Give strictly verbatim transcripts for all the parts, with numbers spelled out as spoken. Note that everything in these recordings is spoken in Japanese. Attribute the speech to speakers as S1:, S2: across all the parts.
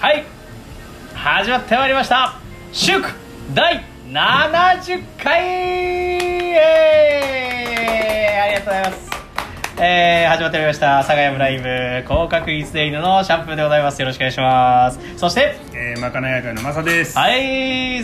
S1: はい、始まってまいりました祝だいななじゅっかい、えー、ありがとうございます。えー、始まってまいりました佐賀山ライブ高確率で犬のシャンプーでございます。よろしくお願いします。そして、
S2: えー、まかない会のマサです。
S1: はい、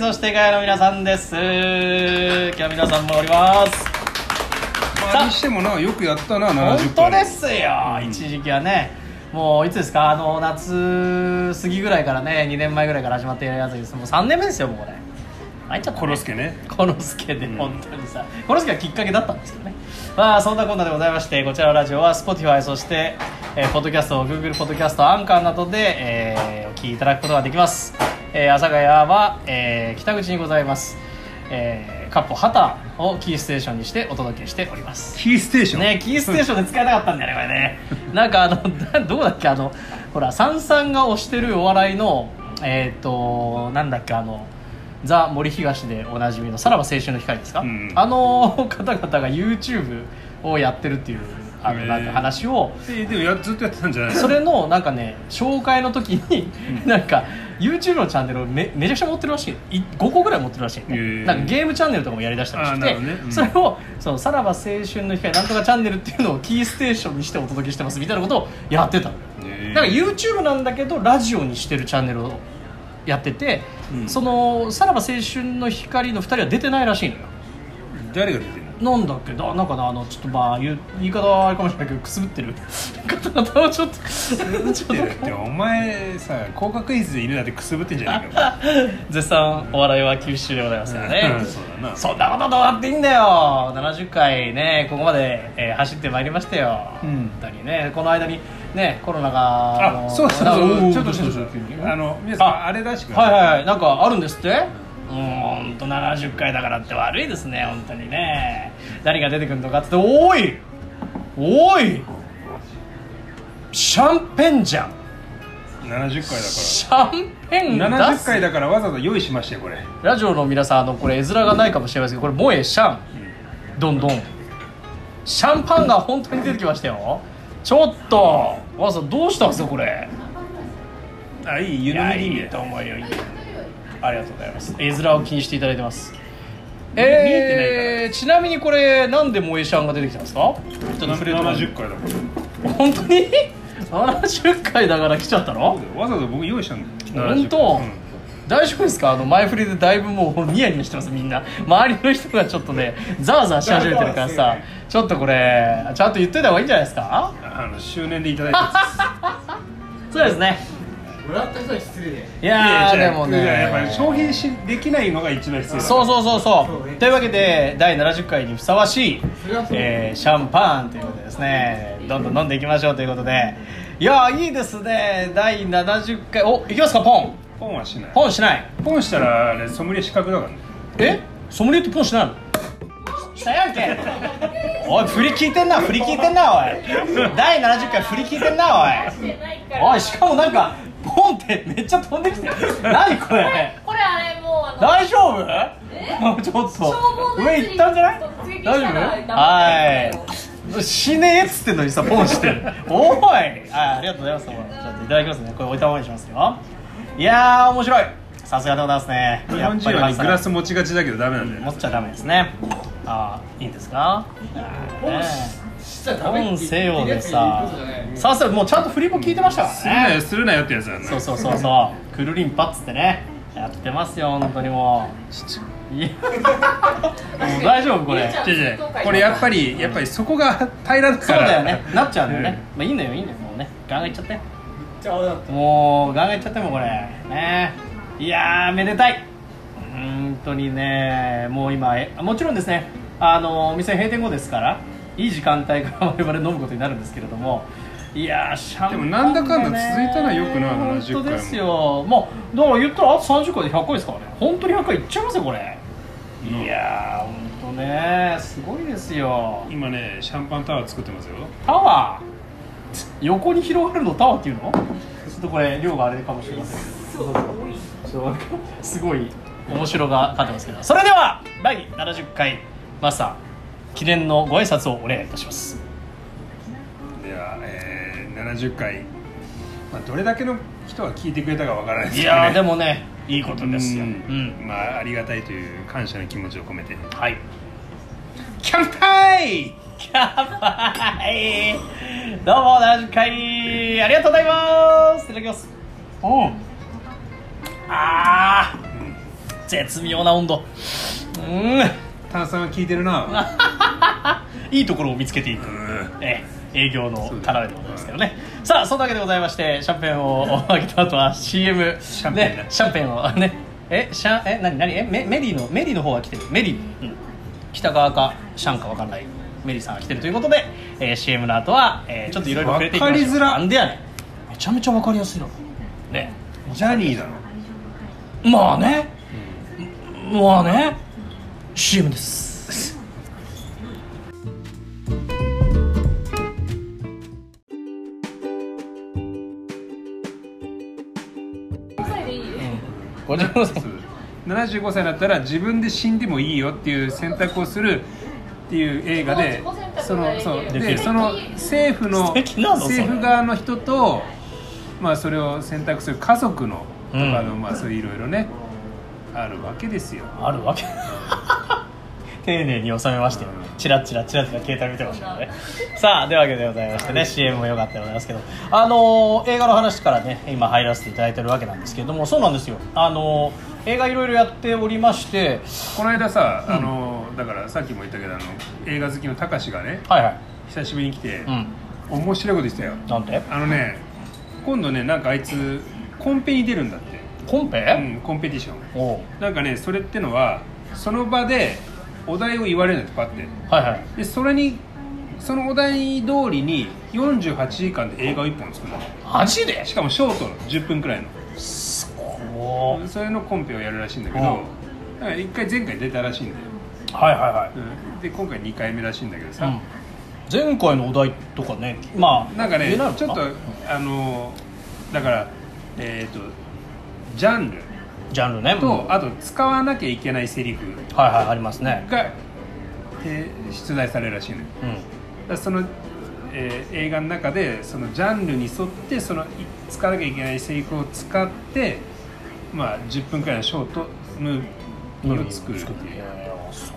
S1: そしてガヤの皆さんです。今日は皆さんもおります。
S2: まあ、にしてもな、よくやったな、ななじゅっかい。
S1: 本当ですよ、
S2: うん、
S1: 一時期はね、もういつですか、あの夏過ぎぐらいからね、にねんまえぐらいから始まっているやつです。もうさんねんめですよ、もうこれ。入っちゃったね、
S2: コロスケね。
S1: コロスケで本当にさ、うん、コロスケがきっかけだったんですけどね。まあそんなこんなでございまして、こちらのラジオは Spotify、 そして、えー、ポッドキャスト、Google ポッドキャスト、アンカーなどで、えー、お聞きいただくことができます。えー、阿佐ヶ谷は、えー、北口にございます。えー、カッポハタをキーステーションにしてお届けしております。
S2: キーステーション
S1: ね、キーステーションで使いたかったんだよねこれね。なんかあのどうだっけ、あのほらサンさんが推してるお笑いのえっ、ー、となんだっけ、あのザ・森東でおなじみのさらば青春の光ですか、うん、あの方々が YouTube をやってるっていうあのなんか話を、
S2: えー、でもやずっとやってたんじゃないの。
S1: それのなんかね、紹介の時に、うん、なんか YouTube のチャンネルを め, めちゃくちゃ持ってるらしい、いごこぐらい持ってるらしい、ね、えー、なんかゲームチャンネルとかもやりだしたらしくて、ね、うん、それをそのさらば青春の光なんとかチャンネルっていうのをキーステーションにしてお届けしてますみたいなことをやってたの、えー、だから YouTube なんだけどラジオにしてるチャンネルをやってて、うん、そのさらば青春の光のふたりは出てないらしいのよ。
S2: 誰が出てるの。
S1: なんだっけだ、なんかな、あのちょっとまあ言い方はあれかもしれないけど、くすぶってる方々をちょっとちょっと
S2: ってお前さ、高確率で犬だってくすぶってんじゃないか
S1: 絶賛お笑いは厳しいでございますからね、
S2: うん、そうだな。
S1: そんなことどうだっていいんだよ。ななじゅっかいね、ここまで、えー、走ってまいりましたよ、うん、本当にね。この間にね、コロナが
S2: あ、そうそうそう、ちょっとちょっとあの皆さん あ, あれ出してください。
S1: はいはいはい、なんかあるんですって。うーんとななじゅっかいだからって悪いですね本当にね。何が出てくるのかって、おいおいシャンペンじゃん。
S2: ななじゅっかいだから
S1: シャンペン出す。
S2: ななじゅっかいだからわざわざ用意しましたよこれ。
S1: ラジオの皆さん、あのこれ絵面がないかもしれませんけど、これ萌えシャン、うん、どんどんシャンパンが本当に出てきましたよ。ちょっとわざわざどうしたんですかこれ。
S2: あ、いい、湯飲みでいい
S1: いいと思うよ。いい、ありがとうございます。絵面を気にしていただいてます。えー、ちなみにこれなんで萌えシャンが出てきたんですか。ちょっと触れて
S2: ななじゅっかいだから
S1: 本当にななじゅっかいだから来ちゃったの。
S2: わざわざ僕用意したんだよ。
S1: 本当、うん、大丈夫ですか。あの前振りでだいぶもうニヤニヤしてます。みんな周りの人がちょっとねザワザワし始めてるからさ、ちょっとこれちゃんと言っといた方がいいんじゃないですか。
S2: あの周年でいただいたや
S1: つそうですね。
S3: もらった人は失礼で。
S1: いやーでもね、
S2: やっぱり消費しできないのが一番失礼。
S1: そうそうそうそうというわけでだいななじゅっかいにふさわしい、えー、シャンパンということでですね、どんどん飲んでいきましょうということで、いやーいいですね。だいななじゅっかい、お、いきますか。ポン
S2: ポンはしない。
S1: ポンしない。
S2: ポンしたらあれソムリエ資格だからね。
S1: え、ソムリエってポンしないの。したやんけおい、振り聞いてんな、振り聞いてんな、おいだいななじゅっかい振り聞いてんな、おいおい、しかもなんかポンってめっちゃ飛んできてる何これ。
S4: これあれもうあの
S1: 大丈夫。
S4: え
S1: ちょっと上行ったんじゃない。大丈夫。はい死ねえっつってんのにさポンしてるおい、あ、ありがとうございます。ちょっといただきますね。これ置いたままにしますよ。いやー面白い、さすがでございますね。
S2: 日本人はグラス持ちがちだけどダメなんだよ。
S1: 持っちゃダメですね。あー、いいんですか。ポンせよでさ、さすがもうちゃんと振りも聞いてましたからね。
S2: するなよするなよってやつなんだ。
S1: そうそうそうそうくるりんぱっつってねやってますよ本当に。もういやもう大丈夫これ。
S2: 違う違う、これやっぱりやっぱりそこが平らだから。
S1: そうだよね、なっちゃうんだよね、まあいいんだよいいんだよ、もうねガンガンいっちゃって、もうガンガンいっちゃってもこれね。いやーめでたい本当にね。もう今もちろんですね、あのお店閉店後ですからいい時間帯から我々飲むことになるんですけれども、いやーシャンパン、ね、
S2: でもなんだかんだ続いたらよくなななじゅっかいも。
S1: 本当ですよ。もうだから言ったらあとさんじゅっかいでひゃっかいですからね。本当にひゃっかいいっちゃいますよこれ、うん、いやー本当ねすごいですよ。
S2: 今ねシャンパンタワー作ってますよ。
S1: タワー横に広がるのタワーっていうの。ちょっとこれ量があれかもしれませんけど、そうそうすごい面白がかってますけど、それではだいななじゅっかいマスター記念のご挨拶をお願いいたします。
S2: では、えー、ななじゅっかいまあ、どれだけの人が聞いてくれたかわからないです
S1: い
S2: けどね。
S1: やでもねいいことですよ。う
S2: うんん、まあありがたいという感謝の気持ちを込めて
S1: はい
S2: 乾杯。
S1: 乾杯どうもななじゅっかいありがとうございます。いただきます。うんあー、うん、絶妙な温度。うん
S2: 炭酸は効いてるな。
S1: いいところを見つけていく、え営業の要でございますけどね。さあそんなわけでございまして、シャンペーンを開けた後は シーエム
S2: シャンペーン、
S1: ね、シャンペーンをねえシャンえ何何えメメリーのメリーの方が来てるメリー、うん、北側かシャンか分かんないメリーさんが来てるということで、えー、シーエム の後は、えー、ちょっといろいろ触れていきましょう。
S2: 分かりづら。
S1: なんでやねん。めちゃめちゃ分かりやすいのね。
S2: ジャニーだろ。
S1: まあね、うん、まあね シーエム ですごじゅうごさい
S2: ななじゅうごさいになったら自分で死んでもいいよっていう選択をするっていう映画で、そのそうでその政府の政府側の人と、まあ、それを選択する家族のとかの、うん、まあそういういろいろねあるわけですよ。
S1: あるわけ丁寧に収めまして、チラッチラチラチラ携帯見てましたね。さあではわけでございましてね、 シーエム も良かったでございますけど、あのー、映画の話からね今入らせていただいてるわけなんですけれども、そうなんですよ、あのー、映画いろいろやっておりまして、
S2: この間さ、うん、あのー、だからさっきも言ったけど、あの映画好きのたかしがね、
S1: はいはい、
S2: 久しぶりに来て、
S1: うん、
S2: 面白いこと言ってたよ。
S1: なんて？
S2: あのね、今度ね、なんかあいつコンペに出るんだって。
S1: コンペ？
S2: うん、コンペティション。おなんかね、それってのはその場でお題を言われるんだって、パッて、はいはい、でそれにそのお題通りによんじゅうはちじかんで映画をいっぽん作るの。
S1: マジで？
S2: しかもショートのじゅっぷんくらいの、
S1: すごい。
S2: それのコンペをやるらしいんだけど、いっかい前回出たらしいんだよ。
S1: はいはいはい、
S2: うん、で今回にかいめらしいんだけどさ、うん、
S1: 前回のお題とかね、まあ
S2: なんかねちょっとあのだからえっ、ー、とジャンル
S1: ジャンルね、
S2: と、うん、あと使わなきゃいけないセリフ
S1: はいはいありますね
S2: が、えー、出題されるらしいのよ、うん、だからその、えー、映画の中でそのジャンルに沿ってその使わなきゃいけないセリフを使って、まあ、じゅっぷんくらいのショートムービーを作るっていう、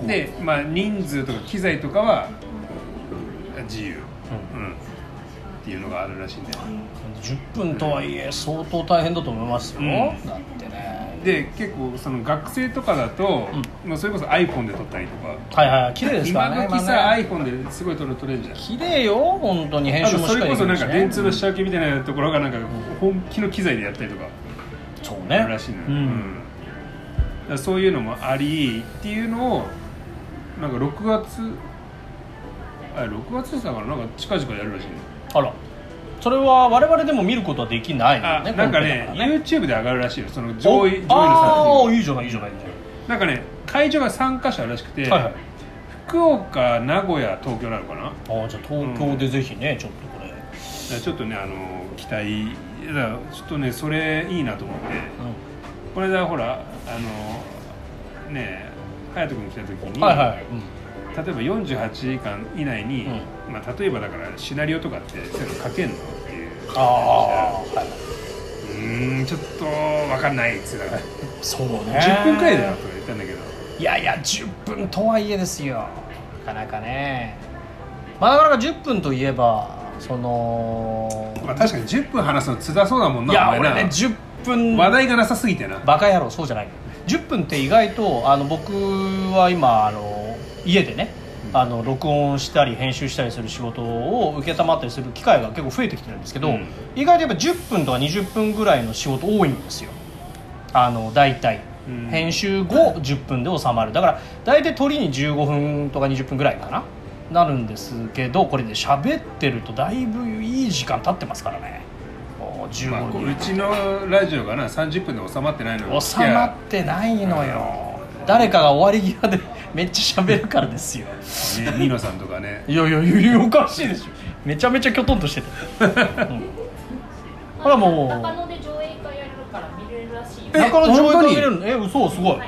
S2: で、まあ、人数とか機材とかは自由、うんうん、っていうのがあるらしいんで、
S1: じゅっぷんとはいえ相当大変だと思いますよ、うん、だってね。
S2: で結構その学生とかだと、うん、まあ、それこそ iPhone で撮ったりとか、
S1: はいはい綺麗ですからね。
S2: 今時さ、ね、iPhone ですごい撮る撮れるじゃん。
S1: 綺麗よ本当に。編集もしっかりできるし、ね、
S2: それこそなんか電通の下請けみたいなところがなんか本気の機材でやったりとか、
S1: そうね、
S2: あるらしいのよ、うんうん、だからそういうのもありっていうのをなんかろくがつあろくがつでしたからなんか近々やるらしいの。
S1: あら、それは我々でも見ることはできないのね。
S2: あなんかね、ね YouTube で上がるらしいよ、その上位上位の作品。
S1: ああいいじゃないいいじゃない。
S2: なんかね会場がさんかしょあるらしくて、はいはい、福岡、名古屋、東京なのかな。
S1: あじゃあ東京でぜひね、うん、ちょっとこれ
S2: ちょっとねあの期待だからちょっとねそれいいなと思って、うん、これだほらあのね隼人君来た時に、はいはい、うん、例えばよんじゅうはちじかん以内に、うん、まあ、例えばだからシナリオとかってそういうの書けんのっていう話。ああ、はい、うーんちょっと分かんないっつうから
S1: そうね
S2: じゅっぷんくらいだよとか言ったんだけど、
S1: いやいやじゅっぷんとはいえですよ、なかなかね。まあなかなかじゅっぷんといえばその、
S2: まあ、確かにじゅっぷん話すのつらそうだもんな。
S1: いや俺ねじゅっぷん
S2: 話題がなさすぎてな。
S1: バカ野郎、そうじゃない。じゅっぷんって意外とあの僕は今あの家でね、うん、あの録音したり編集したりする仕事を受けたまったりする機会が結構増えてきてるんですけど、うん、意外とやっぱじゅっぷんとかにじゅっぷんぐらいの仕事多いんですよ、あの大体、うん、編集後じゅっぷんで収まる。だから大体撮りにじゅうごふんとかにじゅっぷんぐらいかななるんですけど、これで喋ってるとだいぶいい時間経ってますからね。じゅうごふん、
S2: まあ、うちのラジオがなさんじゅっぷんで収まってないのよ。
S1: 収まってないのよ。誰かが終わり際でめっちゃ喋るからですよ、
S2: ね、ニノさんとかね。
S1: いやいやいやおかしいでしょ、めちゃめちゃきょとんとしてて、うん、ほらもう
S4: 中野で上映会やるから見れるらしいよ。
S1: 中野上映会見れるの？え嘘すごい。はいはい、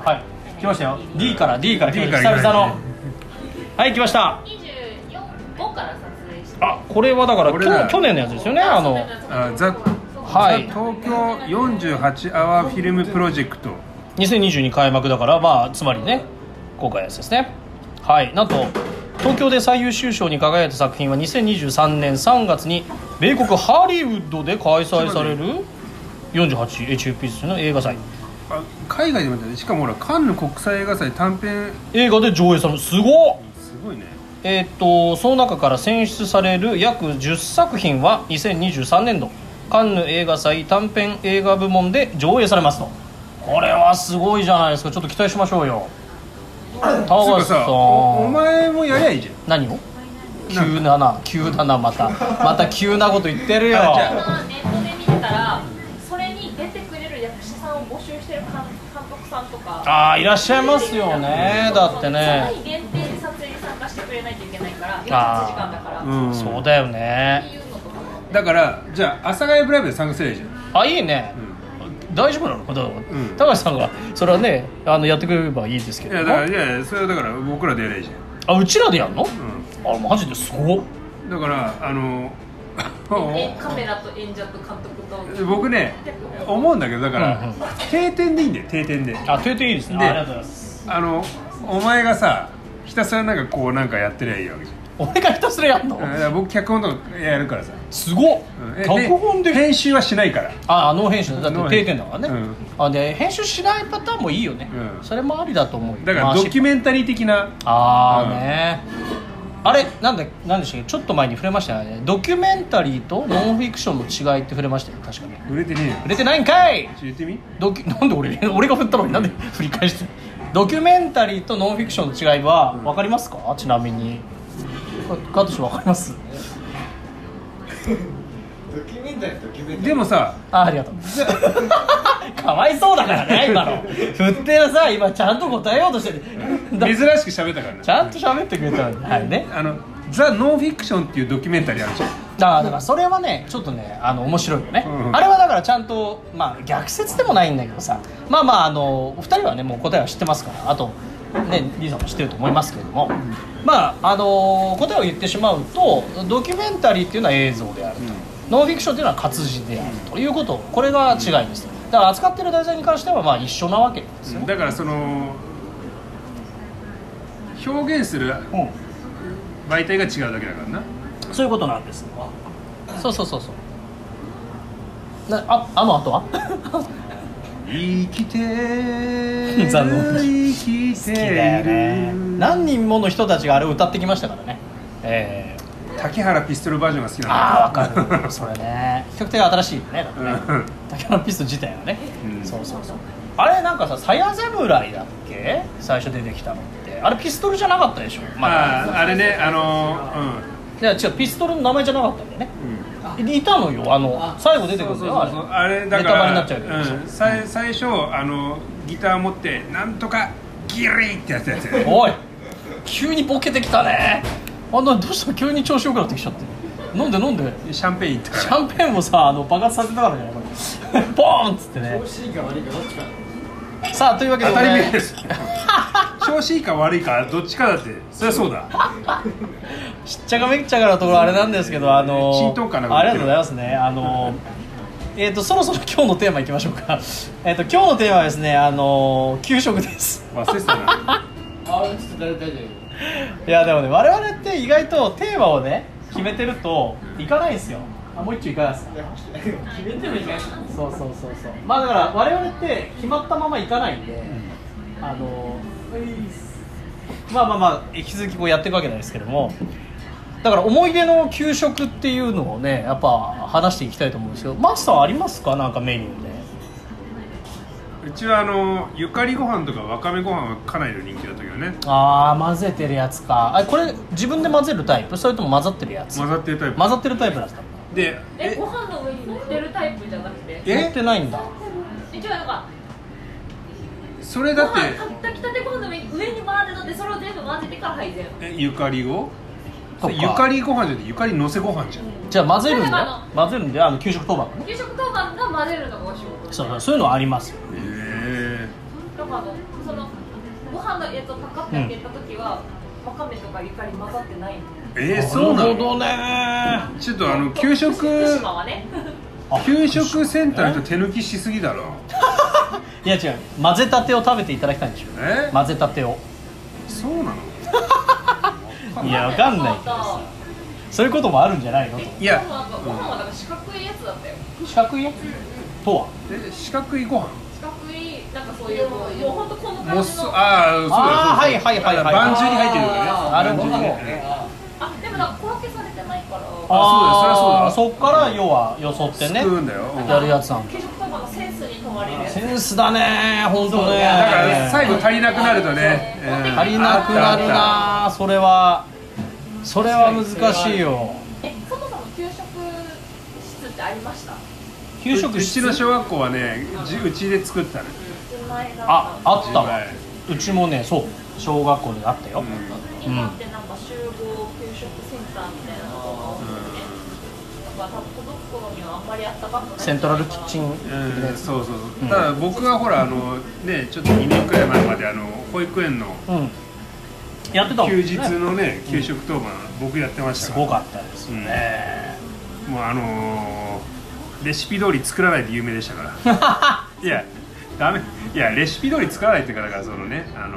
S1: はい、来ましたよ。 D から D から来ました。久々のはい来ました。
S4: にじゅうよん、ごから撮影して。
S1: あ、 これはだから
S2: 俺ら
S1: 去年のやつですよね。あの
S2: あザ、
S1: はい、
S2: ザ東京よんじゅうはちアワーフィルムプロジェクト
S1: にせんにじゅうに開幕だから、まあつまりね今回のやつですね。はい、なんと東京で最優秀賞に輝いた作品はにせんにじゅうさんねんさんがつに米国ハリウッドで開催されるよんじゅうはちエイチエフピーシー の映画祭。
S2: あ海外でもやったね。しかもほらカンヌ国際映画祭短編
S1: 映画で上映される。すごっ。
S2: すごいね。
S1: えー、っとその中から選出される約じゅっさく品はにせんにじゅうさんねんどカンヌ映画祭短編映画部門で上映されますと。これはすごいじゃないですか。ちょっと期待しましょうよ。高橋さん
S2: お, お前もやりゃいいじゃん。
S1: 何を急だな急だな、またまた急なこと言ってるよ。
S4: ネットで見てたらそれに出てくれる役者さんを募集してる監督さんとか
S1: ああいらっしゃいますよね。だってね
S4: その限定で撮影に参加してくれないといけないからよんじゅうはちじかんだから、
S2: うん、
S1: そうだよね。
S2: だからじゃあ阿佐ヶ谷ブライブで参加すればいいじゃん。
S1: あいいね、うん、大丈夫なのか、うん、高橋さんがそれはねあのやってくれればいいですけど。
S2: いやだからいやそれはだから僕らでやればいいじゃん。
S1: あうちらでやるの、
S2: うん、
S1: あマジですごっ。
S2: だからあの
S4: カメラと演者と監督と
S2: 僕ね思うんだけどだから、うんうん、定点でいいんだよ。定点で。
S1: あ定点いいですね。ありがとうございます。
S2: あのお前がさひたすらなんかこうなんかやってりゃいいわけじゃん。
S1: 俺がひたすらやんの？
S2: 僕脚本とかやるからさ。
S1: すごっ、うん、脚本で
S2: 編集はしないから。
S1: ああノー編集だって定点だからね、うん、あで編集しないパターンもいいよね、うん、それもありだと思う。
S2: だからドキュメンタリー的な。
S1: ああ、うん、ねあれなんでなんでしたっけ、ちょっと前に触れましたよね。ドキュメンタリーとノンフィクションの違いって触れましたよ確かに。
S2: 触れてねえよ。
S1: 触れてないんかい。
S2: 言ってみ。
S1: ドキなんで俺俺が振ったのになんで振り返して。ドキュメンタリーとノンフィクションの違いは分かりますか、うん、ちなみにカートシ分かります？
S3: ドキュメンタリードキュメンタリー
S2: でもさ
S1: あ, ありがとうかわいそうだからね今の振ってるさ今ちゃんと答えようとしてる
S2: 珍しく喋ったからね。
S1: ちゃんと喋ってくれたのに、はいね、
S2: あのザ・ノンフィクションっていうドキュメンタリーあるじゃん。
S1: だからそれはねちょっとねあの面白いよね、うん、あれはだからちゃんとまあ逆説でもないんだけどさまあまああのふたりはねもう答えは知ってますからあとねリーさんも知ってると思いますけれども、うん、まああの答えを言ってしまうとドキュメンタリーっていうのは映像であると、うん、ノンフィクションっていうのは活字であるということこれが違いです。だから扱ってる題材に関してはまあ一緒なわけですよ、
S2: だからその表現する媒体が違うだけだからな、
S1: うん、そういうことなんです。そうそうそうそうなああの後は
S2: 生きて
S1: る生きてる好きだよね。何人もの人たちがあれを歌ってきましたからね、えー、
S2: 竹原ピストルバージョンが好きなんだ。
S1: ああ分かるそれね比較的新しいよねだってね竹原ピストル自体はね、うん、そうそうそうあれなんかさ鞘侍だっけ最初出てきたのってあれピストルじゃなかったでしょ、
S2: まあ、あ, あれねあの
S1: ー、うんいや違うピストルの名前じゃなかったんだよね、うん、いたのよあの最後出てくるんだよあれ
S2: あれだからネ
S1: タバレになっちゃうけど、
S2: うん、最, 最初あのギター持ってなんとかギリってやつやつ
S1: おい急にボケてきたねあんなどうした急に調子よくなってきちゃって飲んで飲んで
S2: シャンペーンとか
S1: シャンペーンもさあの爆発させたからじゃないこれボーンっつってね
S3: 調子いいか悪いかどっちか
S1: さあというわけで
S2: 当たり前です調子いいか悪いかどっちかだってそりゃそうだ
S1: しっちゃかめっちゃかなところあれなんですけどあの
S2: 浸透感なく
S1: ありがとうございますねあのえーとそろそろ今日のテーマいきましょうかえーと今日のテーマはですねあの給食です
S2: 忘れてたな
S3: あちょっと誰大丈
S1: 夫いやでもね我々って意外とテーマをね決めてるといかないんですよ。あもう一丁いかがですか
S3: 決めてもいかない
S1: そうそうそうそうまあだから我々って決まったままいかないんで、うん、あのまあまあまあ引き続きこうやっていくわけなんですけどもだから思い出の給食っていうのをねやっぱ話していきたいと思うんですけどマスターありますかなんかメニューで。
S2: うちはあのゆかりご飯とかわかめご飯はかなりの人気だったけどね。
S1: ああ混ぜてるやつかあこれ自分で混ぜるタイプそれとも混ざってるやつ
S2: 混ざってるタイプ
S1: 混ざってるタイプだった
S2: で
S4: えご飯の上に乗ってるタイプじゃなくて
S1: 乗ってないんだ
S4: 一応なんか
S2: それだって
S4: 炊きたてご飯の上に上に回って乗ってそれを全部混ぜてから配膳
S2: えゆかりごゆかりご飯じゃなくてゆかりのせご飯じゃん、うん、
S1: じゃあ混ぜるんだ混ぜるんであの給食当番
S4: ね給食当番が混ぜるのがお仕事
S1: そうそういうのはありますよへ
S2: え
S4: だからそのご飯のやつをパカッて開けた時は、 わかめとかゆかり混ざってないの。
S2: えー、そうなの。
S1: なるほどね。
S2: ちょっとあの給食
S4: 福島はね
S2: 給食センターと手抜きしすぎだろ。
S1: いや違う、混ぜたてを食べていただきたいんでしょ。
S2: え
S1: 混ぜたてを。
S2: そうなの。
S1: いやわかんないけどさ、そういうこともあるんじゃないのと。
S2: いや
S4: でもなんかご飯はなんか四角いやつだったよ。
S1: 四角いやつとは。
S2: え四角いご飯。
S4: 四角いなんかそういうもうもう本当こんな
S2: モス
S4: 感じの。
S2: ああそうだそうだ。
S1: あーはいはいはいはい
S2: バンジュに入ってるよね。
S1: なるほど
S2: バンジュにね
S4: あでもなんか小分けされてないから。
S1: あーそっから要はよそってね
S2: 作るんだよ。うん
S1: やるやつなんだ。
S4: 給食とかのセンスに問われるやつ。
S1: センスだね本当ね。
S2: だから最後足りなくなるとね。うん
S1: 足りなくなるな。それはそれは難しいよ。
S4: えそもそも給食室ってありました？
S1: 給食
S2: うちの小学校はねじうちで作ったの。
S1: ああったわ。
S2: は
S1: うちもねそう小学校にあったよ。
S4: 今ってなんか集合給食センターみたいなのが多くて、なんか多分届く頃にはあんまりあったかくない。
S1: セントラルキッチン的
S2: うん
S1: なやつ。
S2: そうそうそう、
S1: うん
S2: ただ僕はほらあのねちょっとにねんくらい前まであの保育園の
S1: うんやってたもん
S2: 休
S1: ね。
S2: 日のね給食当番、僕やってましたから
S1: すごかったですよね。
S2: もうあのー、レシピ通り作らないで有名でしたからいやダメいやレシピ通り作らないっていうかだからそのねあの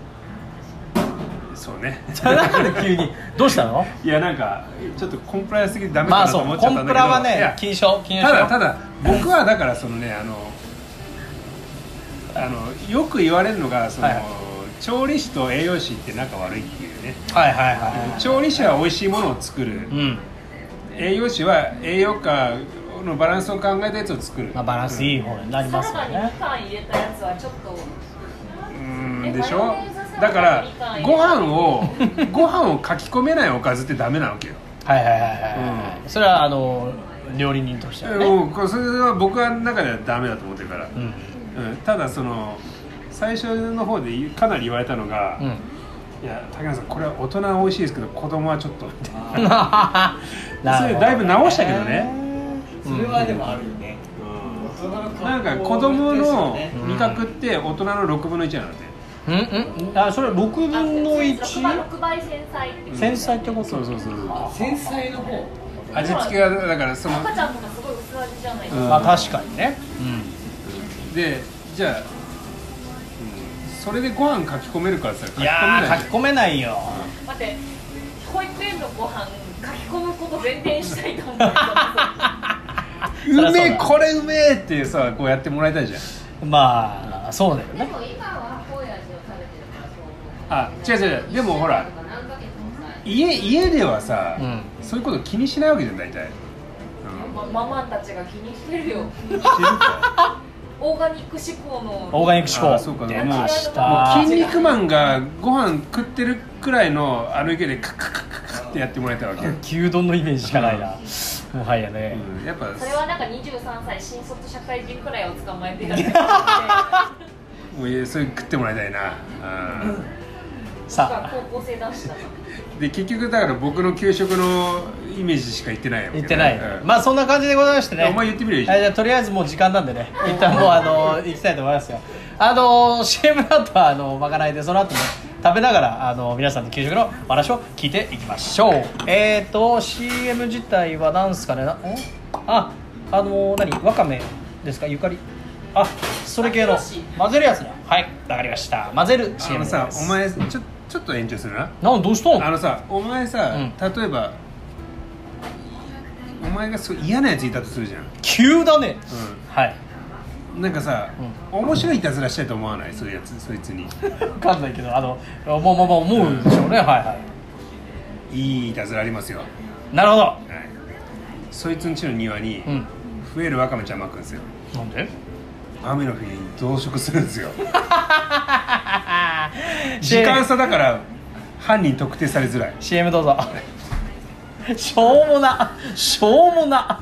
S2: そうね
S1: なんで急にどうしたの？
S2: いやなんかちょっとコンプライアンス的にダメ
S1: まあそう
S2: かなと思っちゃ
S1: コンプ
S2: ったんだけど、
S1: ラはいね
S2: や
S1: 禁書禁書。
S2: ただただ僕はだからそのねあのあのよく言われるのがその、
S1: はいはい
S2: 調理師と栄養士って仲悪いっていうね。
S1: はいはいはい。
S2: 調理師は美味しいものを作る、
S1: うん。
S2: 栄養士は栄養価のバランスを考えたやつを作る、
S1: まあバランスいい方になりますよ
S4: サラダにみ
S1: ね。
S4: かん入れたやつはちょっと
S2: うんでしょ。だからご飯をご飯を書き込めないおかずってダメなわけよ。
S1: はいはいはいはい。それはあの料理人としてはね。
S2: もうこれそれは僕は中ではダメだと思ってるから、
S1: うん。
S2: うん、ただその最初の方でかなり言われたのが、
S1: うん。
S2: いや竹中さんこれは大人は美味しいですけど子供はちょっとって
S1: な
S2: それだいぶ直したけどね、
S3: それはでもあるよね。
S2: なんか子供の味覚って大人のろくぶんのいちなんだって。
S1: うんうん。あそれ六分の一。
S4: ろくばい繊細っていう
S1: 繊細ってこと？
S2: そうそうそうそう
S3: 繊細の方。
S2: 味付けがだからその
S4: 赤ちゃんとかすごい薄味じゃないです
S2: うん
S4: か。
S1: まあ確かにね。
S2: でじゃあ、うん、それでご飯書き込めるかって言った
S1: い
S2: ら
S1: や
S2: 書き込めない
S1: ー書き込めないよ。
S4: 待って保育園のご飯書き込むこと前提にしたいと思うんです
S2: うめえこれうめえってさこうやってもらいたいじゃん。
S1: まあそうだよね。
S5: でも今は濃い味を食べてるからそう
S2: あ違う違うでもほら家家ではさ、
S1: うん
S2: そういうこと気にしないわけじゃん大体、うん、
S4: まママたちが気にしてるよ。
S2: 知るか
S4: オーガニック志向の
S1: オーガニック志向
S2: あそうか
S1: 出まし
S2: もう
S1: た。
S2: 筋肉マンがご飯食ってるくらいの歩きでカッカッカッカッカッってやってもらいたいわけ、うん、
S1: 牛丼のイメージしかないな。もはやね。
S2: やっぱ
S4: それはなんかにじゅうさんさい新卒社会人くらいを捕まえてやってる
S2: もういやそれ食ってもらいたいな、うん
S1: さあ
S4: 高校生男子だな。
S2: で結局だから僕の給食のイメージしか言ってないわけ
S1: 言ってない。
S2: うん
S1: まあそんな感じでございましてね。
S2: お前言ってみるよ
S1: はいじゃあとりあえずもう時間なんでね。一旦もうあの行きたいと思いますよ。あの シーエム の後はあのまかないでその後ね食べながらあの皆さんの給食のお話を聞いていきましょう。えっ、ー、と シーエム 自体はなんすかね。なえああの何わかめですかゆかり。あそれ系の混ぜるやつね。はいわかりました。混ぜる シーエム
S2: あの
S1: です。
S2: さお前ちょちょっと延長するな。
S1: なんどうしたん？
S2: あのさお前さ、
S1: うん
S2: 例えばお前がすごい嫌なやついたとするじゃん、
S1: 急だね。はい。
S2: うん、なんかさ、面白いいたずらしたいと思わないそういうやつそいつに
S1: わかんないけどあのまあまあまあ思うでしょうね。はいはい
S2: いいいたずらありますよ、
S1: い。なるほど。
S2: はい、そいつん家の庭に
S1: うん。
S2: 増えるワカメちゃんまくんですよ。
S1: なんで？
S2: 雨の日に増殖するんですよ時間差だから犯人特定されづらい。
S1: シーエム どうぞ。しょうもなしょうもな。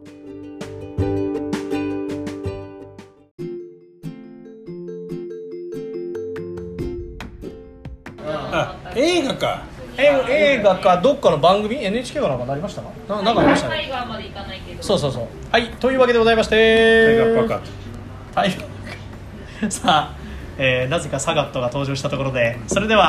S2: あ映画か。
S1: え映画かどっかの番組 エヌエイチケー かなんかなりましたか？ななんかありました
S4: タ
S1: ね。
S4: イガーまで行かないけど。
S1: そうそうそう。はいというわけでございまして
S2: タイガーパカ
S1: タイガーさあ、えーなぜかサガットが登場したところでそれでは、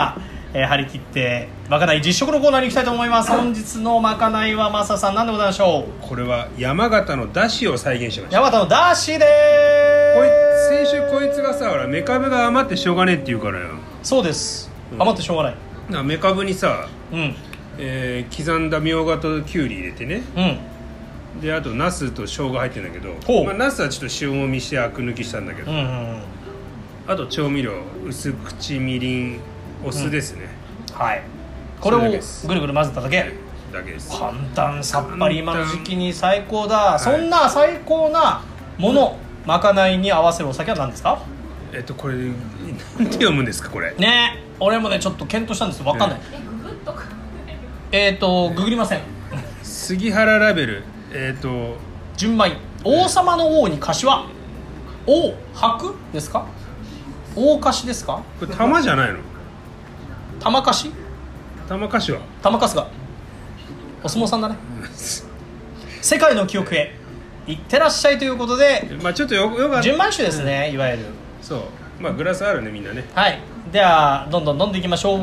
S1: えー、張り切ってまかない実食のコーナーに行きたいと思います。本日のまかないはマサさん何でございましょう。
S2: これは山形のだしを再現しました。
S1: 山形のだしで
S2: こい
S1: ーす。
S2: 先週こいつがさ、ほらメカブが余ってしょうがねえって言うからよ。
S1: そうです、うん、余ってしょうがない。
S2: なメカブにさ、
S1: うん
S2: えー、刻んだみょうがときゅうり入れてね、うん、であとナスと生姜入ってるんだけど、まあ、ナスはちょっと塩もみしてアク抜きしたんだけど、うんうんうん、あと調味料薄口みりんお酢ですね、
S1: うん、はいこれをぐるぐる混ぜただけ
S2: だけです。
S1: 簡単さっぱり今の時期に最高だ、はい、そんな最高なもの、うん、まかないに合わせるお酒は何ですか。
S2: えっとこれなんて読むんですかこれ
S1: ね。俺もねちょっと検討したんですよ。分かんない、
S4: えググっとか
S1: えっ、ー、とググりません。
S2: 杉原ラベルえっ、ー、と
S1: 純米王様の王に柏王白ですか大菓ですか。
S2: これ玉じゃないの。
S1: 玉菓子
S2: 玉菓子は
S1: 玉かすがお相撲さんだね世界の記憶へいってらっしゃいということで、
S2: まあちょっとよよか
S1: 純米酒ですね、いわゆる。
S2: そうまあグラスあるねみんなね。
S1: はい、ではどんどん飲んでいきましょう、うん、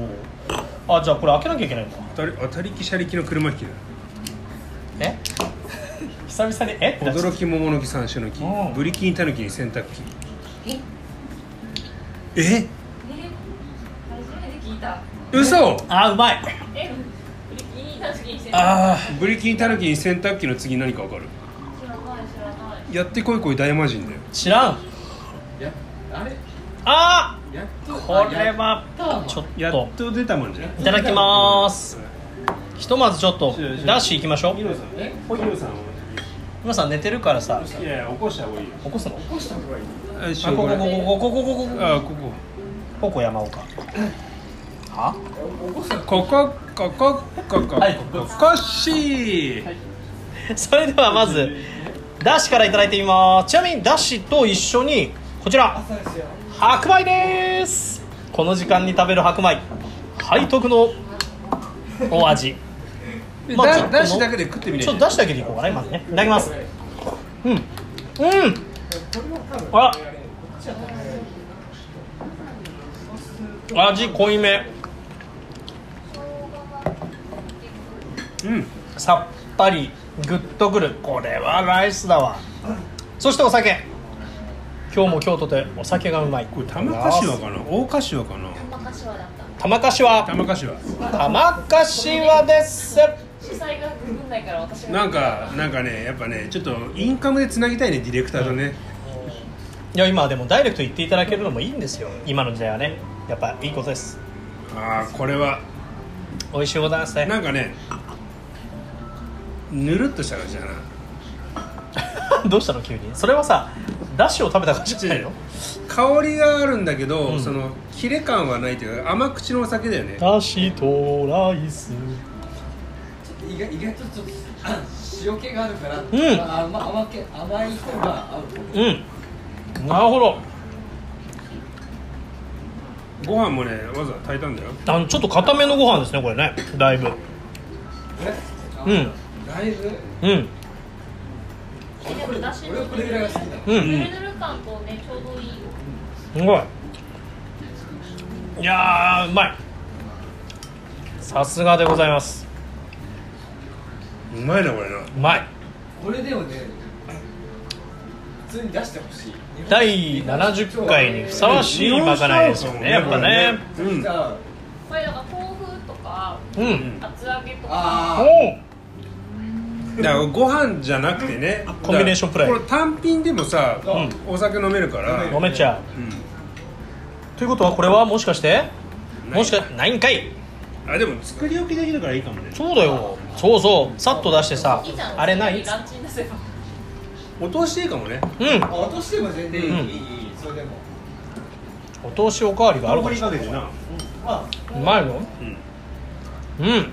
S1: あじゃあこれ開けなきゃいけないのか。
S2: 当たり当たりきしゃりきの車引きだ。
S1: え久々にえ
S2: 驚き桃の木山椒の木、うん、ブリキンタヌキに洗濯機。えええ
S4: 初めて聞いた。
S2: 嘘。
S1: あうまい。
S4: えブリキンタヌキに洗濯機。
S2: あブリキンタヌキに洗濯機の次何か分かる。
S4: 知らない知らない。
S2: やってこいこい大魔神だよ。
S1: 知らん。
S3: やあれ
S1: あ
S3: やっと
S1: これはちょっと
S2: やっと出たもんじゃん。
S1: いただきまーす。ひとまずちょっとダッシュいきましょう。
S2: ヒロさんえヒロさん
S1: 今さん寝てるからさ。
S2: いやいや起こした方がいいよ。
S1: 起こすの。
S3: 起こした方がいい。
S2: あ
S1: ここここここここここ
S2: あここ
S1: ここ山岡は
S2: ここここここ
S1: はい
S2: ここし、はい、
S1: それではまずダッシュからいただいてみます。ちなみにダッシュと一緒にこちら白米です。この時間に食べる白米背徳のお味
S2: まあ、ダッシュだけで食ってみる。
S1: ちょっとダッシュだけでいこうかな今ね。いただきます。うんうんあ味濃いめ、うんさっぱりグッとくる。これはライスだわ。そしてお酒、今日も今日とてお酒がうまい。
S2: これ玉柏かな大柏かな。
S5: 玉柏だった。
S1: 玉柏
S2: 玉柏
S1: 玉柏です。
S4: 主催がググんないから私が
S2: なんかなんかねやっぱねちょっとインカムでつなぎたいねディレクターとね、
S1: うん、いや今でもダイレクト言っていただけるのもいいんですよ今の時代はね。やっぱいいことです。
S2: ああこれは
S1: 美味しいございますね。
S2: なんかねぬるっとした感じだ
S1: などうしたの急に。それはさダッシュを食べた感じじゃないの。
S2: 香りがあるんだけど、うん、そのキレ感はないというか甘口のお酒だよね。
S1: ダシとライス
S3: 意外, 意外とちょっと塩気があるから、うん、甘, 甘, け甘い方が合う。
S1: うんなるほど。
S2: ご飯もねわざわざ炊いたんだよ。
S1: あのちょっと固めのご飯ですねこれねだいぶ。うん
S3: だいぶ
S1: うん
S4: えでもだしの
S3: 俺これぐらいが好きだ。
S1: うん
S4: ぬるぬる感とねちょうどいいよ。
S1: すごい。いやーうまい。さすがでございます。
S2: うまいなこれな。
S1: うまい。
S3: これでもね普通に出してほしい。
S1: だいななじゅっかいにふさわしいまかないですよねやっぱね。
S3: うん、
S4: これだから豆腐とか、うん、厚揚げとか
S2: だからご飯じゃなくてね
S1: コンビネーションプライ。
S2: これ単品でもさ、うん、お酒飲めるから
S1: 飲めちゃう、うん、ということはこれはもしかしてもしかしてないんかい。
S2: あでも作り置きできるからいいかもね。
S1: そうだよそうそうさっと出してさあれない
S4: ランチに出せば
S2: お通しでいいかもね。
S1: うん
S3: あお通しでも全然いい、うん、いいいいそれでも
S1: お通しおかわりがあるかもしれない。
S2: な
S1: うまいのうん、うん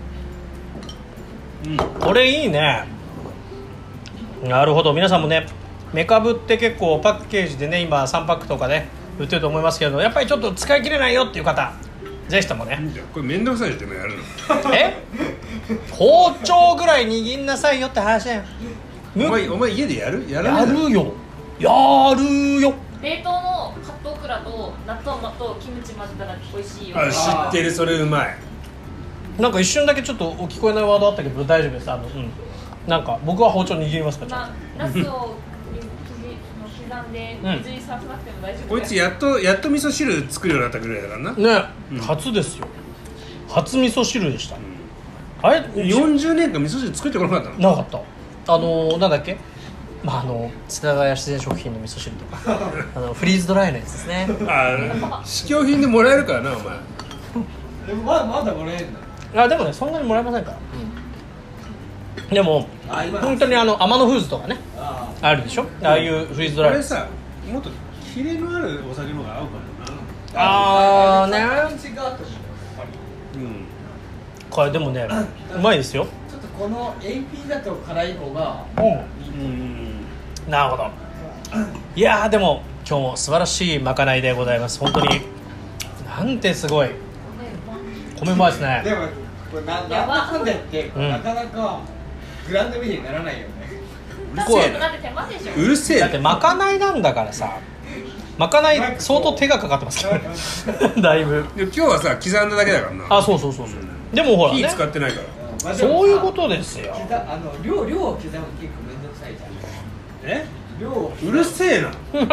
S1: うん、これいいね。なるほど。皆さんもねメカブって結構パッケージでね今さんパックとかね売ってると思いますけどやっぱりちょっと使い切れないよっていう方ぜひともね。
S2: これ面倒くさいでもやるの
S1: え包丁ぐらい握んなさいよって話だよ。
S2: お前お前家でやるやらない
S1: やるよやるよ。
S4: 冷凍のカットオク桜と納豆とキムチ混ぜたら美味しいよ。
S2: あ、知ってる、それうまい。
S1: なんか一瞬だけちょっと聞こえないワードあったけど大丈夫です。あの、うん、なんか僕は包丁握りますから。
S4: まあ、ナスを刻んで水にさらさなくても大丈夫。
S2: こいつやっとやっと味噌汁作るようになったぐらいだからな。
S1: ね、
S2: うん、
S1: 初ですよ。初味噌汁でした。うん、あれ
S2: よんじゅうねんかん味噌汁作ってこなかった
S1: の？なかった。あのなんだっけ。まああの世田谷自然食品の味噌汁とかあのフリーズドライのやつですね。
S2: あ、試供品でもらえるからなお前。
S3: でもまだまだもらえるんだ。
S1: あ、でもねそんなにもらえませんから。うん、でも本当にあのアマノフーズとかね あ, あるでしょ。ああいうフリーズドライ。
S2: これさ、もっとキレのあるお酒の方が合うかもな。
S1: ああね。
S3: うん。
S1: これでもねうまいですよ。
S3: ちょっとこの エーピー だと辛い方が
S1: いい。うん。なるほど。いやーでも今日も素晴らしいまかないでございます。本当になんてすごい米うまいですね。
S3: でもこれななんだかんだ言って、うん、なかなかグランドメニューにならないよね。
S2: うるせえ。
S1: だってまかないなんだからさ、まかない相当手がかかってますからだいぶ。
S2: 今日はさ刻んだだけだからな。
S1: あ、そうそうそうそう、うん、でもほらね、
S2: 火使ってないから、
S1: そういうことですよ。
S3: あの量量を刻む結構めんどくさいじゃん。え？量を
S2: うるせえな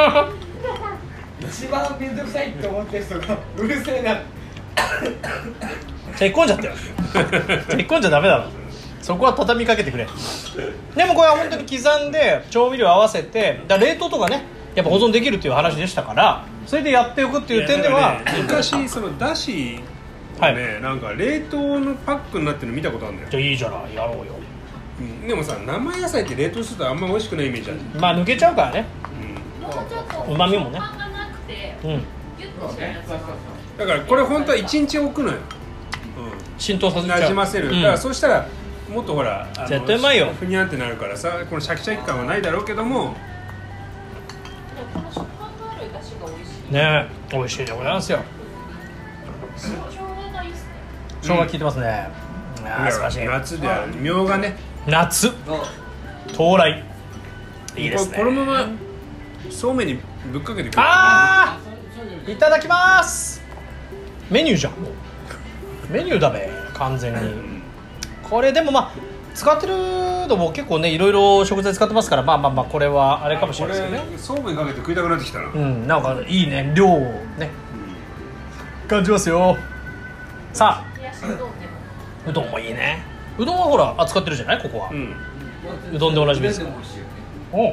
S3: 一番めんどくさいって思ってる人がうるせえな
S1: じゃあ引っ込んじゃってよじゃあ引っ込んじゃダメだろ。そこは畳みかけてくれ。でもこれは本当に刻んで調味料合わせて、だ冷凍とかねやっぱ保存できるっていう話でしたから、それでやっておくっていう点では、
S2: ね、昔そのだしね、はい、なんか冷凍のパックになってるの見たことあるんだよ。
S1: じゃあいいじゃない、やろうよ。
S2: うん、でもさ、生野菜って冷凍するとあんま美味しくないイメージある。
S1: まあ抜けちゃうからね、
S4: うん、
S1: うまみもね、
S4: うん、
S2: だからこれ本当はいちにち置くのよ、うん、
S1: 浸透させちゃう、
S2: なじませる、うん、だからそうしたらもっとほら
S1: 絶対うまいよ、
S2: ふにゃんってなるからさ、このシャキシャキ感はないだろうけども、
S4: この食感のある出汁が美味しい
S1: ね。美味しいでございますよ。
S4: 生姜がいいですね。
S1: 生姜効いてますね、うん、あ素晴らしい。
S2: 夏であるみょうがね、
S1: 夏到来いいですね。
S2: このままそうめんにぶっかけてくる。
S1: あー、いただきます。メニューじゃん、もうメニューだべ完全に。これでもまあ使ってるのも結構ねいろいろ食材使ってますから、まあまあまあこれはあれかもしれないですけどね。
S2: そうめんかけて食いたくなってきたな。
S1: うん、なんかいいね、量をね、うん、感じますよ。さあうどんもいいね。うどんはほら扱ってるじゃないここは、うん、うどんでおなじみですよ。おう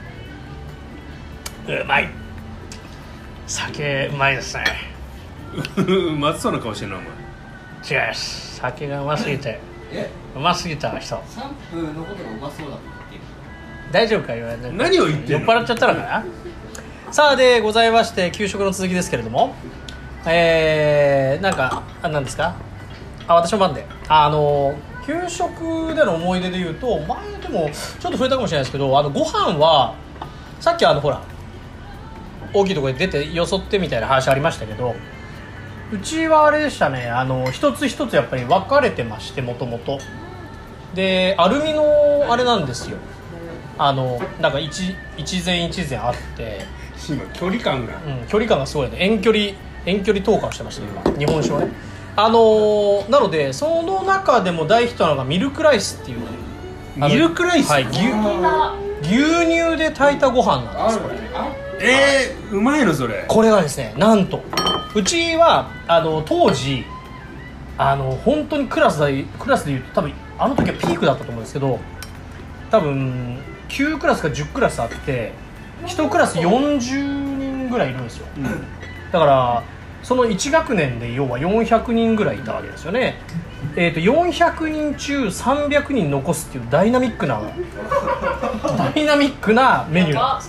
S1: まい。酒うまいですね
S2: うまそうな顔してるなお前。
S1: 違います、酒がうますぎてうますぎた人。シ
S3: ャンプーのことがうまそうだって言ってる。
S1: 大丈夫か言われて。
S2: 何を言ってんの。
S1: 酔っ払っちゃったのかなさあでございまして、給食の続きですけれども、えー、なんかあなんですか。あ、私の番で、あの給食での思い出で言うと、前でもちょっと触れたかもしれないですけど、あのご飯はさっきあのほら大きいところで出てよそってみたいな話ありましたけど、うちはあれでしたね、あの一つ一つやっぱり分かれてまして、もともとでアルミのあれなんですよ。あのなんか一一膳一膳あって、
S2: 今距離感が、
S1: うん、距離感がすごいね。遠距離遠距離投下をしてました今、日本酒をね。あのー、なのでその中でも大ヒットなのがミルクライスっていうね。
S2: ミルクライス、
S1: はい、牛, 牛乳で炊いたご飯なんですこれ。
S2: えー、うまいのそれ。
S1: これがですね、なんとうちはあの当時あの本当にクラスでクラスでいうと多分あの時はピークだったと思うんですけど、多分きゅうクラスかじゅっクラスあっていちクラスよんじゅうにんぐらいいるんですよ、うん、だからそのいち学年で要はよんひゃくにんぐらいいたわけですよね。えーとよんひゃくにん中さんびゃくにん残すっていうダイナミックなダイナミックなメニューなんです。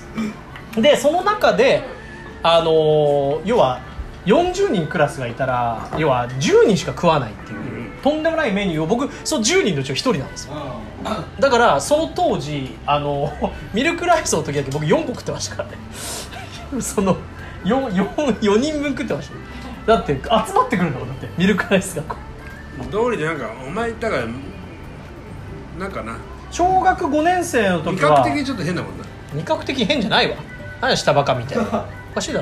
S1: でその中であのー、要はよんじゅうにんクラスがいたら要はじゅうにんしか食わないっていう、うん、とんでもないメニューを僕そのじゅうにんのうちのひとりなんですよ。だからその当時あのミルクライスの時だけ僕よんこ食ってましたからねその 4, 4, よにんぶん食ってました。だって集まってくるんだもん、だってミルクライスが
S2: 道理でなんかお前だからなんかな
S1: 小学ごねん生の時は
S2: 味覚的にちょっと変だもんな。
S1: 味覚的変じゃないわ。何下バカみたいなおかしいだろ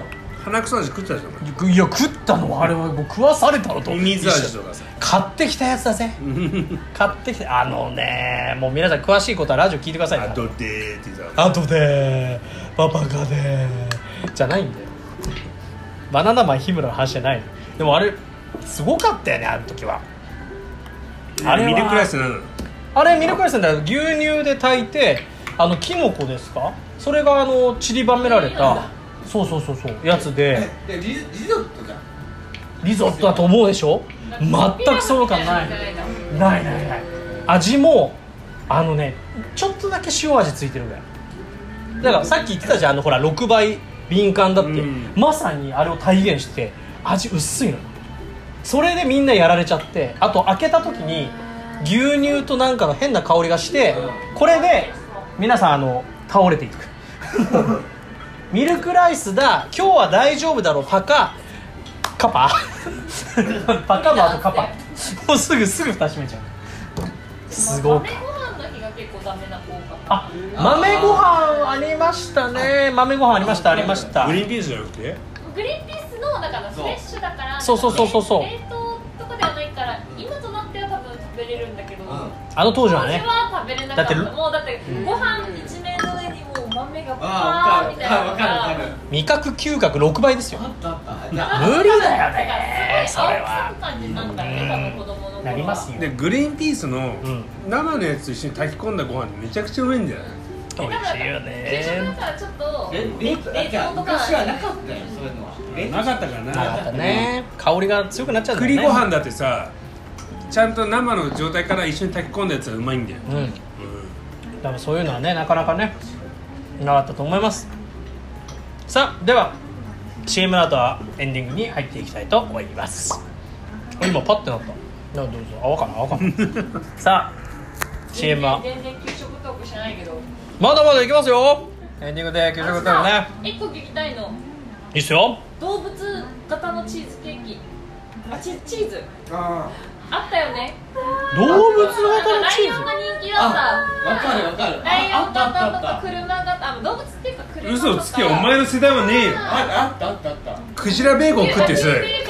S2: 鼻くそ味食ったでしょ。
S1: いや食ったのはあれはもう食わされたのと
S2: ミミズ味とかさ
S1: 買ってきたやつだぜ買ってきてあのねもう皆さん詳しいことはラジオ聞いてくださいね。
S2: あとでーって言った
S1: あとでーパパがでーじゃないんだよ。バナナマン日村の話じゃないの。でもあれすごかったよねあの時は。
S2: あれミルクライスなの。
S1: あれミルクライスなんだよ。牛乳で炊いてあのキノコですかそれがあの散りばめられたそうそうそうそうやつで
S3: でリゾリゾットじゃん。
S1: リゾットだと思うでしょ。全くその感ないないないない。味もあのねちょっとだけ塩味ついてるぐらいだからさっき言ってたじゃんあのほらろくばい敏感だって、うん、まさにあれを体現して味薄いの。それでみんなやられちゃってあと開けた時に牛乳となんかの変な香りがしてこれで皆さんあの倒れていくミルクライスだ今日は大丈夫だろうパカカパパカバーとカパもうすぐすぐ蓋閉めちゃう。すごく
S4: 豆ご飯の日が結構ダメな子か
S1: あ豆ご飯ありましたね。豆ご飯ありましたありました。
S2: グリーンピースじゃなくて
S4: グリーンピースのだからフレッシュだから
S1: そうそうそうそうそう
S4: 冷凍とかではないから今となっては多分食べれるんだけど、うん、
S1: あの当時はね
S4: 当時は食べれなかった。だってもうだってご飯一面の上にもう豆がパーみたいなのが
S1: 味覚嗅覚ろくばいですよ。
S3: あったあった
S1: 無理だよねそれは。
S4: 感じなんだね多分子供の頃
S1: なりますよ。
S2: でグリーンピースの生のやつと一緒に炊き込んだご飯めちゃくちゃうまいんだよね。
S1: 美味しいよね。
S4: 給食だからちょっと
S3: 冷
S4: 冷凍とか
S3: 昔はなかったよそういうのは。
S2: なかったからな。
S1: なかったね。香りが強くなっちゃうんだよね。
S2: 栗ご飯だってさちゃんと生の状態から一緒に炊き込んだやつはうまいんだよ。
S1: うん、うん、だからそういうのはねなかなかねなかったと思います。さあでは シーエム の後はエンディングに入っていきたいと思います。今パッてなったな。どうぞ泡かな泡かなさあ シーエム は
S4: 全然給食トークしないけど
S1: まだまだいきますよ。エンディングで給食トークね。
S4: 一個聞きたいの
S1: いいっすよ。
S4: 動物型のチーズケーキあチチーズ
S3: あ
S4: あったよね。
S1: 動物型のチーズ
S4: ライオンが人気だった。
S3: わかるわかる。
S4: ライオン型とか車型あ動物っていうか車とか
S2: 嘘つけお前の世代はねえよ。
S3: あったあったあった。
S2: クジラベーコン食ってさ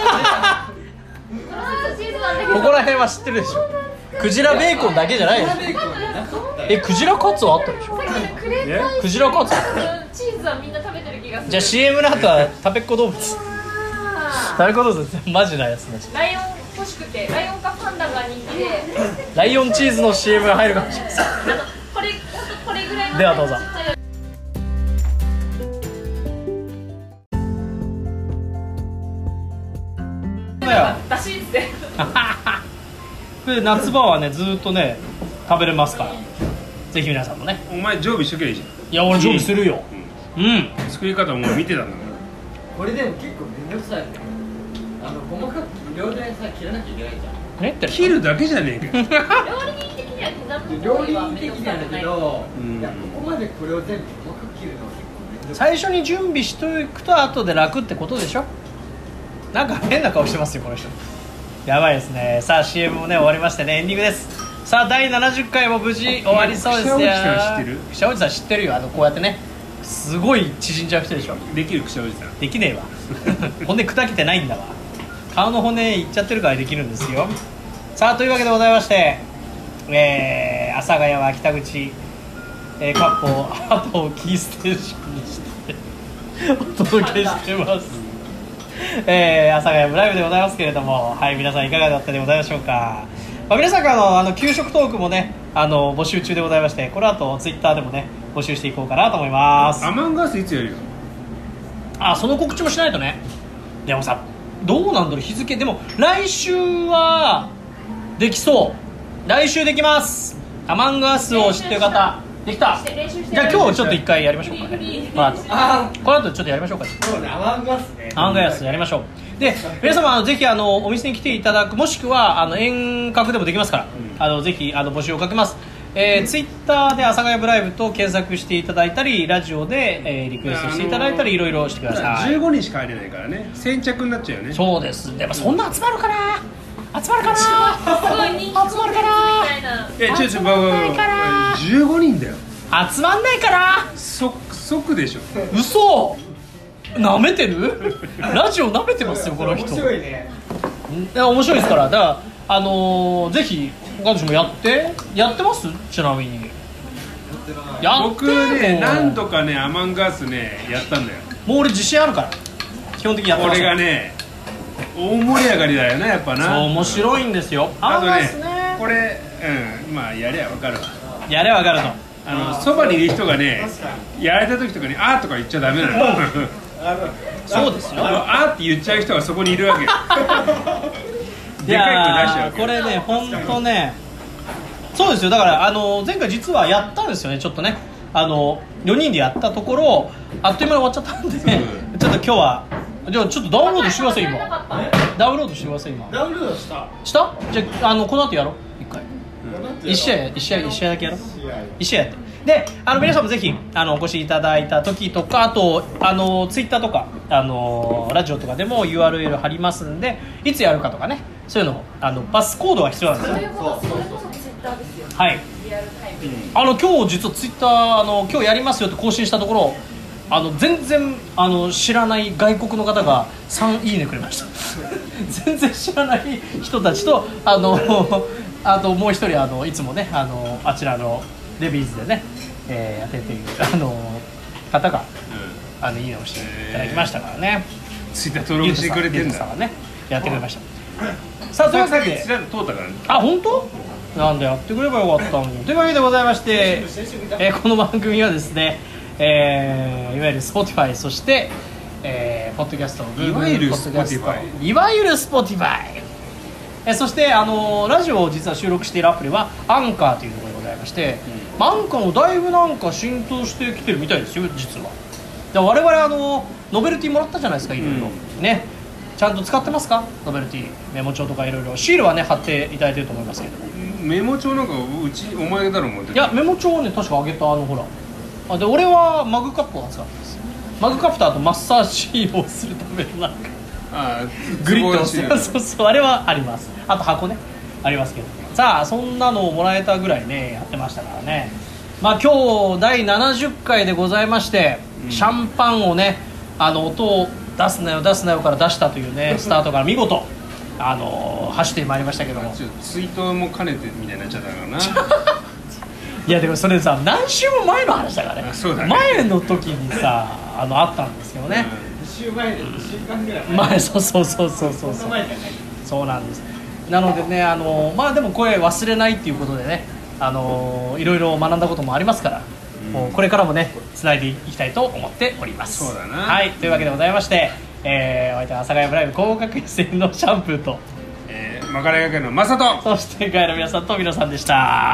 S1: ここら辺は知ってるでしょ。クジラベーコンだけじゃないでしょ。えクジラカツはあったでしょ。クジラカツ
S4: チーズはみんな食べてる気がする。
S1: じゃあ シーエム の後はタペッコ動物食べっ子動物マジなやつなし。
S4: ライオン欲しくてライオンかパンダが人気で
S1: ライオンチーズの シーエム が入るかもしれない
S4: これこれぐらいの
S1: ではどうぞ。
S4: だしって
S1: で夏場はねずっとね食べれますからぜひ皆さんもね。
S2: お前常備しとけばいいじゃん。
S1: いや俺常備するよ。うん、うん、
S2: 作り方も見てたんだから。
S3: これでも結構めんどくさいね。あの細かく両面さ切らなきゃいけないじゃん。
S1: ねって
S2: 切るだけじゃねえかよ
S4: 料理人的には刻む
S3: 料理人的なんだけど、
S2: うん、
S3: いやここまでこれを全部細かく切るのは結構めんどくさい。
S1: 最初に準備しとくと後で楽ってことでしょ。なんか変な顔してますよこの人。やばいですね。さあ シーエム もね終わりましてねエンディングです。さあだいななじゅっかいも無事終わりそうですよ。
S2: くしゃおじさん知ってる？
S1: くしゃおじさん知ってるよ。あのこうやってねすごい縮んじゃう人でしょ。
S2: できるくしゃおじさん
S1: できねえわ骨砕けてないんだわ。顔の骨いっちゃってるからできるんですよ。さあというわけでございまして、えー、阿佐ヶ谷は北口、えー、かっこあとをキーステーションにしてお届けしてますえー、阿佐ヶ谷ブライブでございますけれども、はい皆さんいかがだったでございましょうか。まあ、皆さんからのあの給食トークもねあの募集中でございまして、この後ツイッターでもね募集していこうかなと思います。
S2: アマンガースいつやるよ。
S1: あその告知もしないとね。でもさどうなんだろう日付。でも来週はできそう。来週できます。アマンガースを知ってる方できた。じゃあ今日ちょっと一回やりましょうかね。この後この後ちょっとやりましょうか。
S3: そうねアマンガスね。
S1: アマンガースやりましょう。で皆様あのぜひあのお店に来ていただくもしくはあの遠隔でもできますから、うん、あのぜひあの募集をかけます。えー、ツイッターで阿佐ヶ谷ブライブと検索していただいたりラジオで、えー、リクエストしていただいたりいろいろしてください。
S2: じゅうごにんしか入れないからね先着になっちゃうよね。
S1: そうです。でもそんな集まるかな集まるかな
S4: すごい人気
S1: 集まるかな
S4: みたいな。
S2: えちょちょばばじゅうごにんだよ。
S1: 集まんないから
S2: そ即でしょ。
S1: 嘘なめてるラジオなめてますよこの人。
S3: 面白いね。
S1: いや面白いですから。だからあのー、ぜひ岡田もやってやってます。ちなみに
S2: やって僕ね何度かねアマンガースねやったんだよ。
S1: もう俺自信あるから基本的にやってます。
S2: 俺がね大盛り上がりだよねやっぱな。
S1: そう面白いんですよ。
S2: あとね
S1: ね
S2: これうんまあやりゃ分かるわ。
S1: やれば分かると。
S2: あのそばにいる人がねやられた時とかにあーとか言っちゃダメなの。
S1: そうですよ。
S2: あのあーって言っちゃう人がそこにいるわけ。
S1: い
S2: でかい声出しちゃうわけ。
S1: これね本当ねそうですよ。だからあの前回実はやったんですよね。ちょっとねあのよにんでやったところあっという間に終わっちゃったんで、うん、ちょっと今日はじゃあちょっとダウンロードしてください今。ダウンロードしてください今。
S3: ダウンロードした
S1: したじゃあ、あのこの後やろう一回一試合一試合一試合だけやろう一試合やってであの皆さんもぜひあのお越しいただいた時とかあとあのツイッターとかあのラジオとかでも ユーアールエル 貼りますんでいつやるかとかねそういうのあのパスコードが必要なんですよ。
S4: そういうことそれこそツイッターですよ。
S1: はい
S4: リアルタイムで。
S1: あの今日実はツイッターあの今日やりますよって更新したところあの全然あの知らない外国の方がさんいいねくれました全然知らない人たちとあのあともう一人あのいつもねあのあちらのレビーズでね、えー、やってているあの方が、うん、あのいいねをしていただきましたからね。
S2: ツイッター登録してくれてるんだ。
S1: さんがねやってくれました。さあというわけで
S2: 通ったからね。
S1: あ本当なんでやってくればよかったのにというわけでございまして、えー、この番組はですね、えー、いわゆる Spotify そして、えー、ポッドキャスト
S2: いわゆる Spotify
S1: いわゆる Spotify えー、そしてあのー、ラジオを実は収録しているアプリはアンカーというところでございまして、うんまあ、アンカーもだいぶなんか浸透してきてるみたいですよ実は。で我々あのノベルティもらったじゃないですかいろいろ、うん、ねちゃんと使ってますかノベルティメモ帳とかいろいろシールはね貼っていただいてると思いますけど
S2: メモ帳なんかうちお前だろうもん。い
S1: やメモ帳はね確かあげたあのほらあで俺はマグカップを使ってますマグカップとあとマッサージをするためのなんか
S2: あ
S1: グリッとそうそうそうあれはありますあと箱ねありますけどさあそんなのをもらえたぐらいねやってましたからね。まあ今日だいななじゅっかいでございまして、うん、シャンパンをねあの音を出すなよ出すなよから出したというねスタートから見事あのー、走ってまいりましたけども
S2: ツイートも兼ねてみたいになっちゃったからな
S1: いやでもそれさ何週も前の話だからね。
S2: そうだね
S1: 前の時にさあのあったんですけどね、
S3: にしゅうまえでにしゅうかんぐらい
S1: 前そうそうそうそうそうそうそうなんです。なのでねあのまあでも声忘れないっていうことでねあのいろいろ学んだこともありますから、うん、もうこれからもねつないでいきたいと思っております。
S2: そうだな。
S1: はいというわけでございまして、えー、お相手は阿佐ヶ谷ブライブ高学生のシャンプーと
S2: マカレ学園のマサト
S1: そしてガイの皆さんと皆さんでした。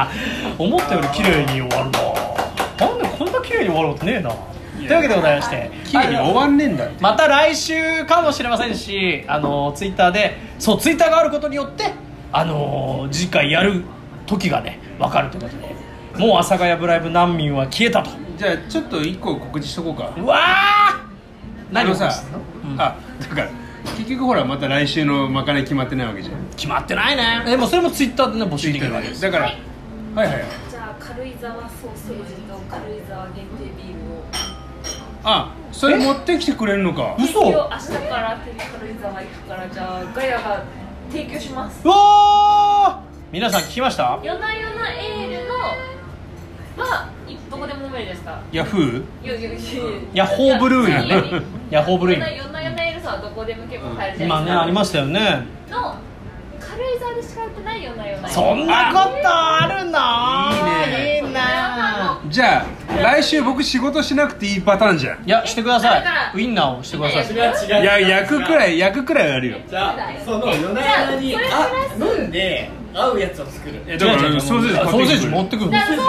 S1: 思ったより綺麗に終わるな。なんでこんな綺麗に終わることねえな。というわけでございまして
S2: 綺麗に終わんねえんだって。
S1: また来週かもしれませんしあのツイッターでそうツイッターがあることによってあの次回やる時がね分かるということでもう阿佐ヶ谷ブライブ難民は消えたと。
S2: じゃあちょっと一個告知しとこうか。
S1: うわー何をさ、
S2: うん、あだから結局ほらまた来週のまかない決まってないわけじゃん。
S1: 決まってないね。でもそれもツイッターでね募集できるわけです。
S2: だから、はい、はいはい
S4: じゃあ軽井沢ソーセージと軽井沢限定ビールを
S2: あそれ持ってきてくれるのか。
S1: 嘘。
S4: 明日から軽井沢行くからじゃあガヤが提供します。
S1: うわー皆さん聞きました。
S4: 夜な夜なエールのはどこでも飲めるですか。
S2: ヤフー
S1: ヤホーブルーやねヤホーブルー
S4: 夜な夜なエールさんはどこでも結構買えるじゃないですか。
S1: 今ねありましたよね
S4: の軽井沢でしか売ってない夜な夜なエール。
S1: そんなことあるの。
S2: いいね
S1: いいな。
S2: じゃあ来週僕仕事しなくていいパターンじゃん。
S1: いやしてください。ウインナーをしてください。
S3: それは違う。
S2: いや焼くくらい焼くくらいやるよ。
S3: じゃあその夜な夜なにあ飲んで合うやつを作る。
S2: えだからソーセージ
S1: ソーセージ持ってくる。
S4: ソーセージ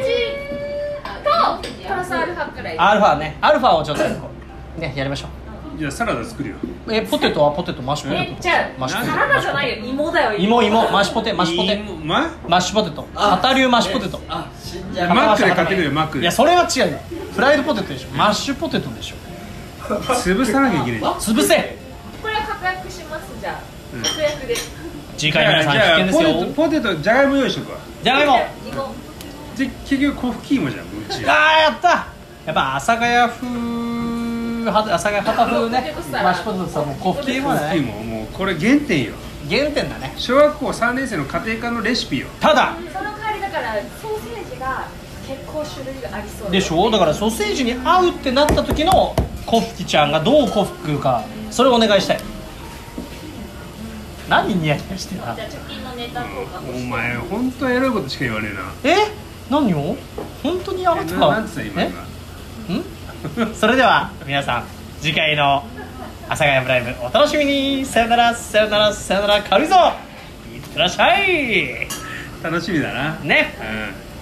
S4: とプラスアルファくらい。
S1: アルファねアルファをちょっとねやりましょう。
S2: じゃあサラダ作るよ。
S1: えポテトはポテトマッシュポテト。
S4: じゃあサラダじゃないよ芋だよ。
S1: 芋芋マッシュポテマッシュポテ
S2: マ
S1: マッシュポテトマタ流マッシュポテト。
S3: あ死んじゃう。
S2: マックで買ってくるよマックで。
S1: いやそれは違うよ。フライドポテトでしょ。マッシュポテトでしょ。
S2: 潰さなきゃいけない。
S1: 潰せ。
S4: これは確約しますじゃあ。確約で。
S1: 次回皆さん必見ですよ。
S2: ポテトじゃがいも用意しとくわ。
S1: じゃがいも。
S2: で結局コフキーモじゃんうち。
S1: あーやった。やっぱ阿佐ヶ谷風風阿佐ヶ谷旗風ねマッシュポテトさ、もうコフキーもね、
S2: ももうこれ原点よ。
S1: 原点だね。
S2: 小学校さんねん生の家庭科のレシピよ。
S1: ただ
S5: その代わりだからソーセージが結構種類がありそう
S1: でしょ。だからソーセージに合うってなった時のコフキちゃんがどうコフ食うか、それをお願いしたい。何ニヤニヤしてるな。
S4: じゃあ貯金のネタとか
S2: お前本当エロいことしか言わねえな。
S1: え何を本当にあなた
S2: ななんつった今
S1: え
S2: 今
S1: んそれでは皆さん次回の阿佐ヶ谷ブライブお楽しみに。さよならさよならさよなら、軽井沢いってらっしゃい。
S2: 楽しみだな
S1: ね。
S2: うん